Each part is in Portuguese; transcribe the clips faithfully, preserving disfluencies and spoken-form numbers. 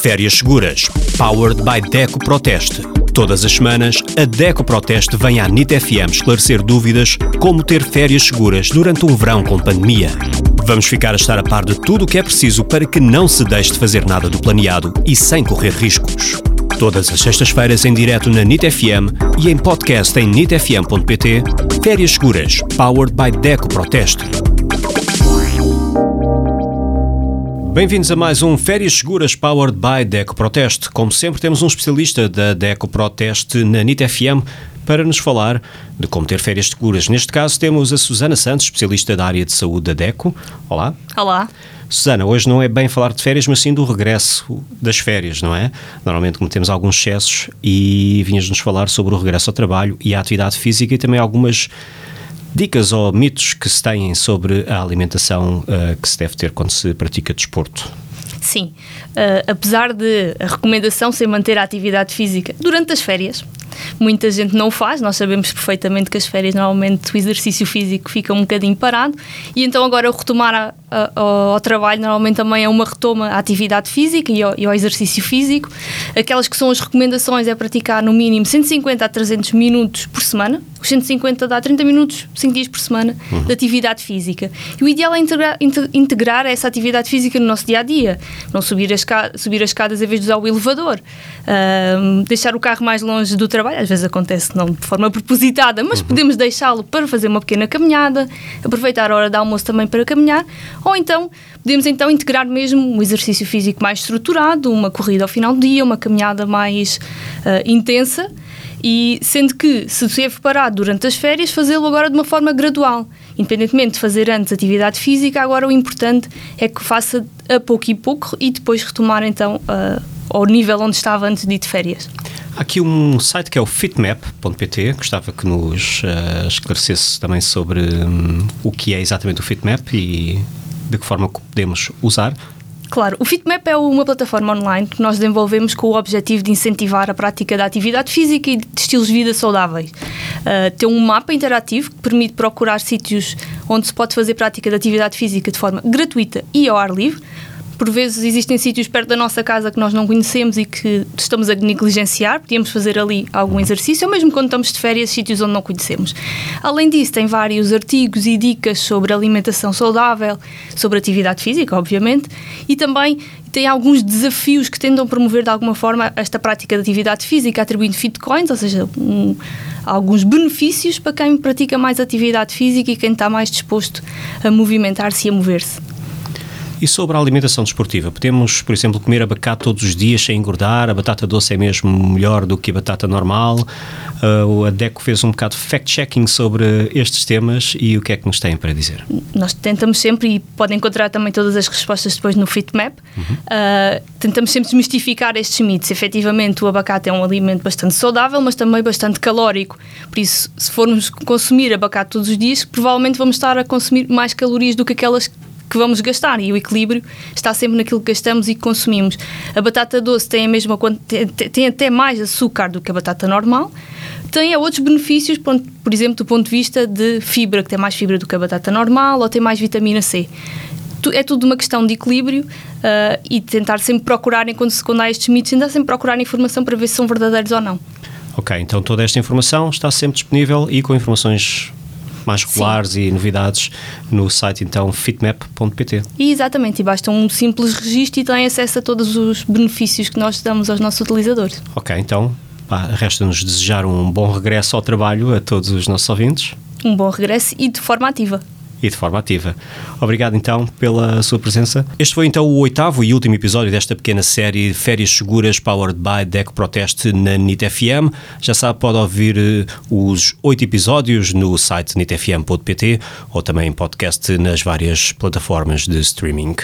Férias Seguras, powered by DECO Proteste. Todas as semanas, a DECO Proteste vem à NIT F M esclarecer dúvidas como ter férias seguras durante um verão com pandemia. Vamos ficar a estar a par de tudo o que é preciso para que não se deixe de fazer nada do planeado e sem correr riscos. Todas as sextas-feiras em direto na NIT F M e em podcast em nit f m ponto p t. Férias Seguras, powered by DECO Proteste. Bem-vindos a mais um Férias Seguras Powered by DECO Proteste. Como sempre, temos um especialista da DECO Proteste na NIT F M para nos falar de como ter férias seguras. Neste caso, temos a Susana Santos, especialista da área de saúde da DECO. Olá. Olá. Susana, hoje não é bem falar de férias, mas sim do regresso das férias, não é? Normalmente cometemos alguns excessos e vinhas-nos falar sobre o regresso ao trabalho e a atividade física e também algumas dicas ou mitos que se têm sobre a alimentação uh, que se deve ter quando se pratica desporto. Sim, uh, apesar de a recomendação ser manter a atividade física durante as férias, muita gente não o faz. Nós sabemos perfeitamente que as férias normalmente o exercício físico fica um bocadinho parado e então agora o retomar a, a, ao trabalho normalmente também é uma retoma à atividade física e ao, e ao exercício físico. Aquelas que são as recomendações é praticar no mínimo cento e cinquenta a trezentos minutos por semana. Os cento e cinquenta dá trinta minutos, cinco dias por semana uhum. de atividade física. E o ideal é integrar, integrar essa atividade física no nosso dia-a-dia. Não subir as, subir as escadas em vez de usar o elevador. Uh, deixar o carro mais longe do trabalho. Às vezes acontece não de forma propositada, mas uhum. podemos deixá-lo para fazer uma pequena caminhada, aproveitar a hora de almoço também para caminhar, ou então podemos então integrar mesmo um exercício físico mais estruturado, uma corrida ao final do dia, uma caminhada mais uh, intensa, e sendo que se esteve parado durante as férias, fazê-lo agora de uma forma gradual. Independentemente de fazer antes atividade física, agora o importante é que faça a pouco e pouco e depois retomar então uh, ao nível onde estava antes de ir de férias. Há aqui um site que é o fitmap ponto p t, gostava que nos uh, esclarecesse também sobre um, o que é exatamente o Fitmap e de que forma podemos usar. Claro, o Fitmap é uma plataforma online que nós desenvolvemos com o objetivo de incentivar a prática da atividade física e de estilos de vida saudáveis. Uh, tem um mapa interativo que permite procurar sítios onde se pode fazer prática de atividade física de forma gratuita e ao ar livre. Por vezes existem sítios perto da nossa casa que nós não conhecemos e que estamos a negligenciar, podíamos fazer ali algum exercício, ou mesmo quando estamos de férias, sítios onde não conhecemos. Além disso, tem vários artigos e dicas sobre alimentação saudável, sobre atividade física, obviamente, e também tem alguns desafios que tentam promover de alguma forma esta prática de atividade física, atribuindo fitcoins, ou seja, um, alguns benefícios para quem pratica mais atividade física e quem está mais disposto a movimentar-se e a mover-se. E sobre a alimentação desportiva, podemos, por exemplo, comer abacate todos os dias sem engordar? A batata doce é mesmo melhor do que a batata normal? Uh, a DECO fez um bocado de fact-checking sobre estes temas e o que é que nos têm para dizer? Nós tentamos sempre, e podem encontrar também todas as respostas depois no Fitmap, uhum. uh, tentamos sempre desmistificar estes mitos. Efetivamente, o abacate é um alimento bastante saudável, mas também bastante calórico. Por isso, se formos consumir abacate todos os dias, provavelmente vamos estar a consumir mais calorias do que aquelas que vamos gastar, e o equilíbrio está sempre naquilo que gastamos e que consumimos. A batata doce tem, a mesma, tem, tem até mais açúcar do que a batata normal, tem outros benefícios, por exemplo, do ponto de vista de fibra, que tem mais fibra do que a batata normal, ou tem mais vitamina C. É tudo uma questão de equilíbrio uh, e tentar sempre procurar, quando, quando há estes mitos, ainda sempre procurar informação para ver se são verdadeiros ou não. Ok, então toda esta informação está sempre disponível e com informações mais regulares Sim. e novidades no site então fitmap ponto p t. E exatamente, e basta um simples registro e têm acesso a todos os benefícios que nós damos aos nossos utilizadores. Ok, então pá, resta-nos desejar um bom regresso ao trabalho a todos os nossos ouvintes. Um bom regresso e de forma ativa. E de forma ativa. Obrigado então pela sua presença. Este foi então o oitavo e último episódio desta pequena série de Férias Seguras powered by DECO Proteste na NIT F M. Já sabe, pode ouvir uh, os oito episódios no site nit f m ponto p t ou também em podcast nas várias plataformas de streaming.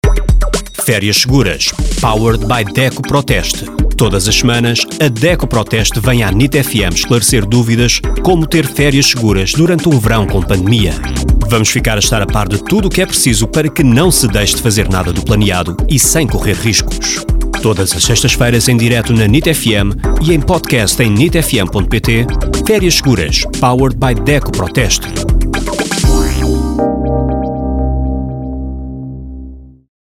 Férias Seguras powered by DECO Proteste. Todas as semanas, a DECO Proteste vem à NIT F M esclarecer dúvidas como ter férias seguras durante um verão com pandemia. Vamos ficar a estar a par de tudo o que é preciso para que não se deixe de fazer nada do planeado e sem correr riscos. Todas as sextas-feiras em direto na NIT F M e em podcast em nit f m ponto p t. Férias Seguras, powered by DECO Proteste.